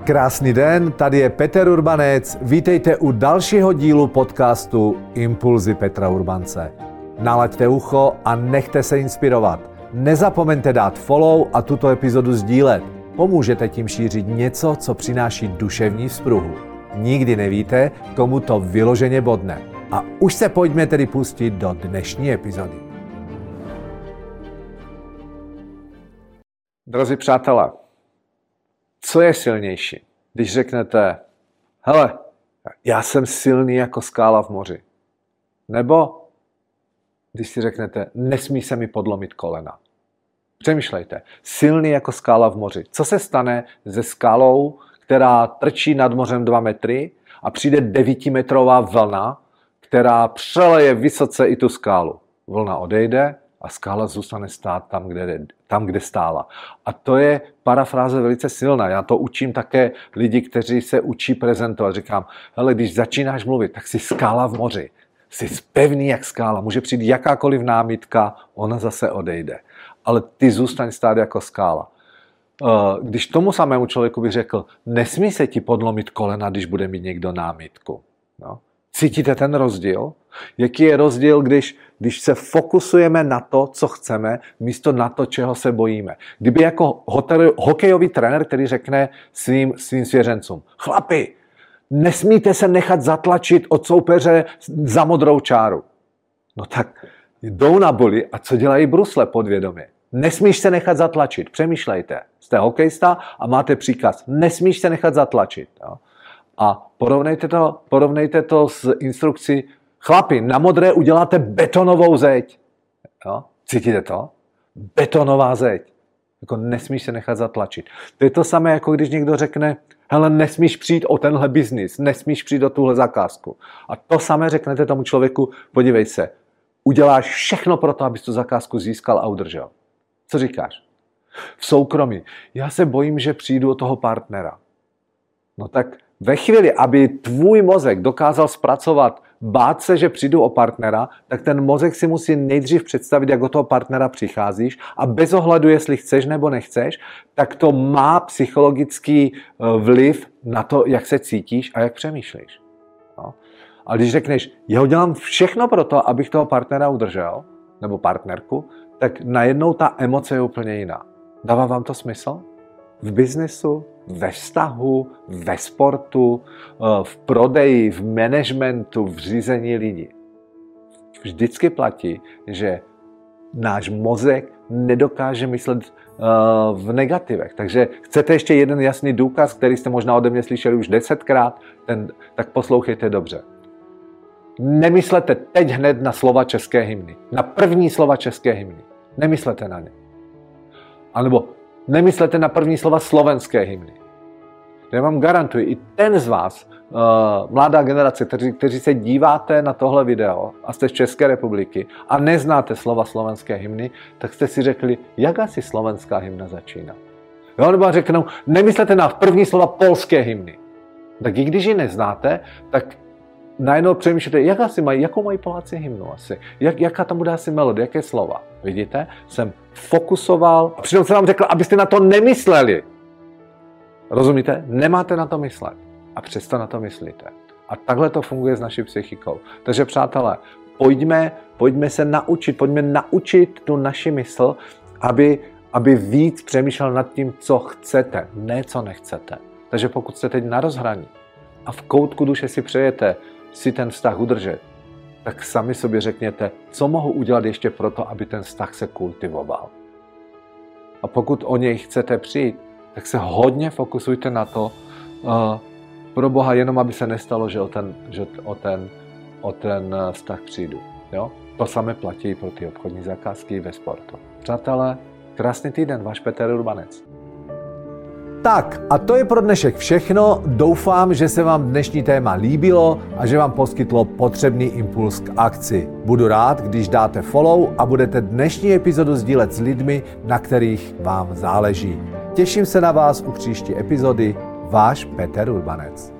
Krásný den, tady je Petr Urbanec. Vítejte u dalšího dílu podcastu Impulzy Petra Urbance. Nalaďte ucho a nechte se inspirovat. Nezapomeňte dát follow a tuto epizodu sdílet. Pomůžete tím šířit něco, co přináší duševní vzpruhu. Nikdy nevíte, komu to vyloženě bodne. A už se pojďme tedy pustit do dnešní epizody. Drazí přátelé, co je silnější, když řeknete, hele, já jsem silný jako skála v moři. Nebo když si řeknete, nesmí se mi podlomit kolena. Přemýšlejte, silný jako skála v moři. Co se stane se skálou, která trčí nad mořem 2 metry a přijde 9metrová vlna, která přeleje vysoce i tu skálu. Vlna odejde a skála zůstane stát tam, kde stála. A to je parafráze velice silná. Já to učím také lidi, kteří se učí prezentovat. Říkám, hele, když začínáš mluvit, tak jsi skála v moři. Jsi pevný jak skála. Může přijít jakákoliv námitka, ona zase odejde. Ale ty zůstaň stát jako skála. Když tomu samému člověku bych řekl, nesmí se ti podlomit kolena, když bude mít někdo námitku. No. Cítíte ten rozdíl? Jaký je rozdíl, když se fokusujeme na to, co chceme, místo na to, čeho se bojíme? Kdyby jako hokejový trenér, který řekne svým svěřencům, chlapi, nesmíte se nechat zatlačit od soupeře za modrou čáru. No tak jdou na boli a co dělají brusle podvědomě? Nesmíš se nechat zatlačit. Přemýšlejte. Jste hokejista a máte příkaz. Nesmíš se nechat zatlačit. Jo? A porovnejte to s instrukcí, chlapi, na modré uděláte betonovou zeď. Jo? Cítíte to? Betonová zeď. Jako nesmíš se nechat zatlačit. To je to samé, jako když někdo řekne, hele, nesmíš přijít o tenhle biznis, nesmíš přijít o tuhle zakázku. A to samé řeknete tomu člověku, podívej se, uděláš všechno pro to, abys tu zakázku získal a udržel. Co říkáš? V soukromí. Já se bojím, že přijdu o toho partnera. No tak ve chvíli, aby tvůj mozek dokázal zpracovat, bát se, že přijdu o partnera, tak ten mozek si musí nejdřív představit, jak o toho partnera přicházíš a bez ohledu, jestli chceš nebo nechceš, tak to má psychologický vliv na to, jak se cítíš a jak přemýšlíš. No. A když řekneš, já udělám všechno pro to, abych toho partnera udržel, nebo partnerku, tak najednou ta emoce je úplně jiná. Dává vám to smysl? V biznesu, ve vztahu, ve sportu, v prodeji, v managementu, v řízení lidí. Vždycky platí, že náš mozek nedokáže myslet v negativech. Takže chcete ještě jeden jasný důkaz, který jste možná ode mě slyšeli už 10krát, tak poslouchejte dobře. Nemyslete teď hned na slova české hymny. Na první slova české hymny. Nemyslete na ně. A nebo nemyslete na první slova slovenské hymny. Já vám garantuji, i ten z vás, mladá generace, kteří se díváte na tohle video a jste z České republiky a neznáte slova slovenské hymny, tak jste si řekli, jak asi slovenská hymna začíná. Jo, nebo řeknou, nemyslete na první slova polské hymny. Tak i když ji neznáte, tak najednou přemýšlíte, jakou mají Poláci hymnu asi, jaká tam bude asi melodie, jaké slova. Vidíte, jsem fokusoval a přitom jsem vám řekl, abyste na to nemysleli. Rozumíte? Nemáte na to myslet a přesto na to myslíte. A takhle to funguje s naší psychikou. Takže přátelé, pojďme se naučit, pojďme naučit tu naši mysl, aby víc přemýšlel nad tím, co chcete, ne co nechcete. Takže pokud jste teď na rozhraní a v koutku duše si přejete si ten vztah udržet, tak sami sobě řekněte, co mohu udělat ještě proto, aby ten vztah se kultivoval. A pokud o něj chcete přijít, tak se hodně fokusujte na to, pro Boha, jenom aby se nestalo, že o ten vztah přijdu. Jo? To samé platí pro ty obchodní zakázky ve sportu. Přátelé, krásný týden, váš Petr Urbanec. Tak a to je pro dnešek všechno. Doufám, že se vám dnešní téma líbilo a že vám poskytlo potřebný impuls k akci. Budu rád, když dáte follow a budete dnešní epizodu sdílet s lidmi, na kterých vám záleží. Těším se na vás u příští epizody. Váš Petr Urbanec.